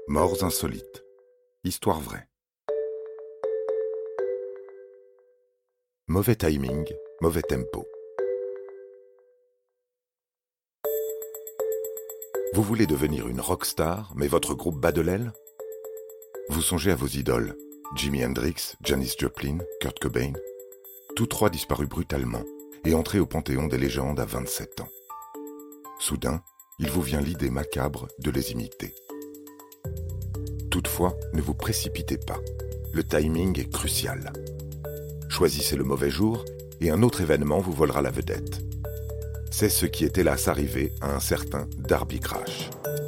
Morts insolites. Histoire vraie. Mauvais timing, mauvais tempo. Vous voulez devenir une rockstar, mais votre groupe bat de l'aile ? Vous songez à vos idoles, Jimi Hendrix, Janis Joplin, Kurt Cobain, tous trois disparus brutalement et entrés au panthéon des légendes à 27 ans. Soudain, il vous vient l'idée macabre de les imiter. Toutefois, ne vous précipitez pas. Le timing est crucial. Choisissez le mauvais jour et un autre événement vous volera la vedette. C'est ce qui est hélas arrivé à un certain Darby Crash.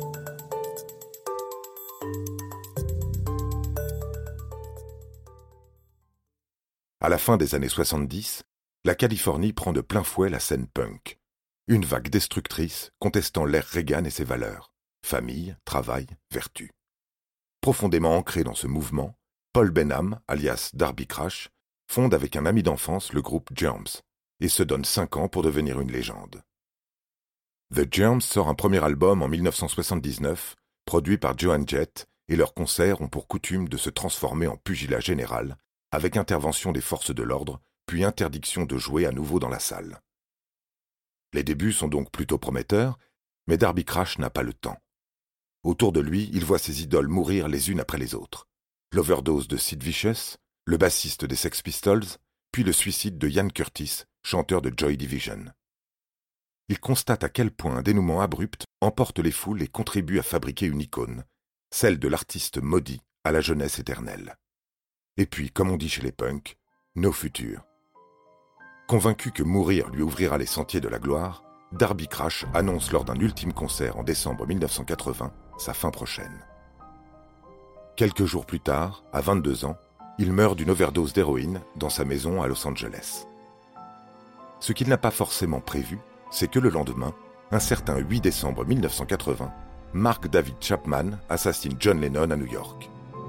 À la fin des années 70, la Californie prend de plein fouet la scène punk. Une vague destructrice contestant l'ère Reagan et ses valeurs. Famille, travail, vertu. Profondément ancré dans ce mouvement, Paul Benham, alias Darby Crash, fonde avec un ami d'enfance le groupe Germs et se donne 5 ans pour devenir une légende. The Germs sort un premier album en 1979, produit par Joan Jett, et leurs concerts ont pour coutume de se transformer en pugilat général, avec intervention des forces de l'ordre, puis interdiction de jouer à nouveau dans la salle. Les débuts sont donc plutôt prometteurs, mais Darby Crash n'a pas le temps. Autour de lui, il voit ses idoles mourir les unes après les autres. L'overdose de Sid Vicious, le bassiste des Sex Pistols, puis le suicide de Ian Curtis, chanteur de Joy Division. Il constate à quel point un dénouement abrupt emporte les foules et contribue à fabriquer une icône, celle de l'artiste maudit à la jeunesse éternelle. Et puis, comme on dit chez les punks, no futur. Convaincu que mourir lui ouvrira les sentiers de la gloire, Darby Crash annonce lors d'un ultime concert en décembre 1980 sa fin prochaine. Quelques jours plus tard, à 22 ans, il meurt d'une overdose d'héroïne dans sa maison à Los Angeles. Ce qu'il n'a pas forcément prévu, c'est que le lendemain, un certain 8 décembre 1980, Mark David Chapman assassine John Lennon à New York.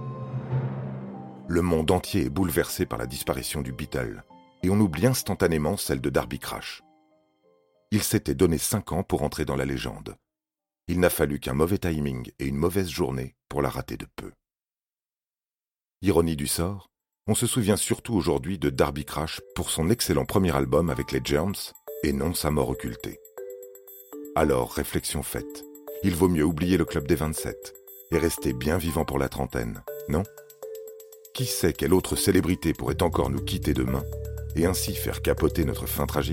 Le monde entier est bouleversé par la disparition du Beatle, et on oublie instantanément celle de Darby Crash. Il s'était donné 5 ans pour entrer dans la légende. Il n'a fallu qu'un mauvais timing et une mauvaise journée pour la rater de peu. Ironie du sort, on se souvient surtout aujourd'hui de Darby Crash pour son excellent premier album avec les Germs et non sa mort occultée. Alors, réflexion faite, il vaut mieux oublier le club des 27 et rester bien vivant pour la trentaine, non ? Qui sait quelle autre célébrité pourrait encore nous quitter demain et ainsi faire capoter notre fin tragique ?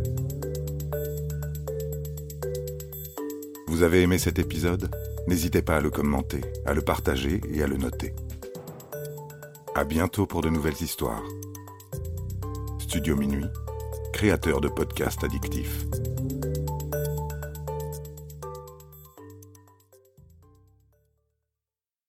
Vous avez aimé cet épisode ? N'hésitez pas à le commenter, à le partager et à le noter. À bientôt pour de nouvelles histoires. Studio Minuit, créateur de podcasts addictifs.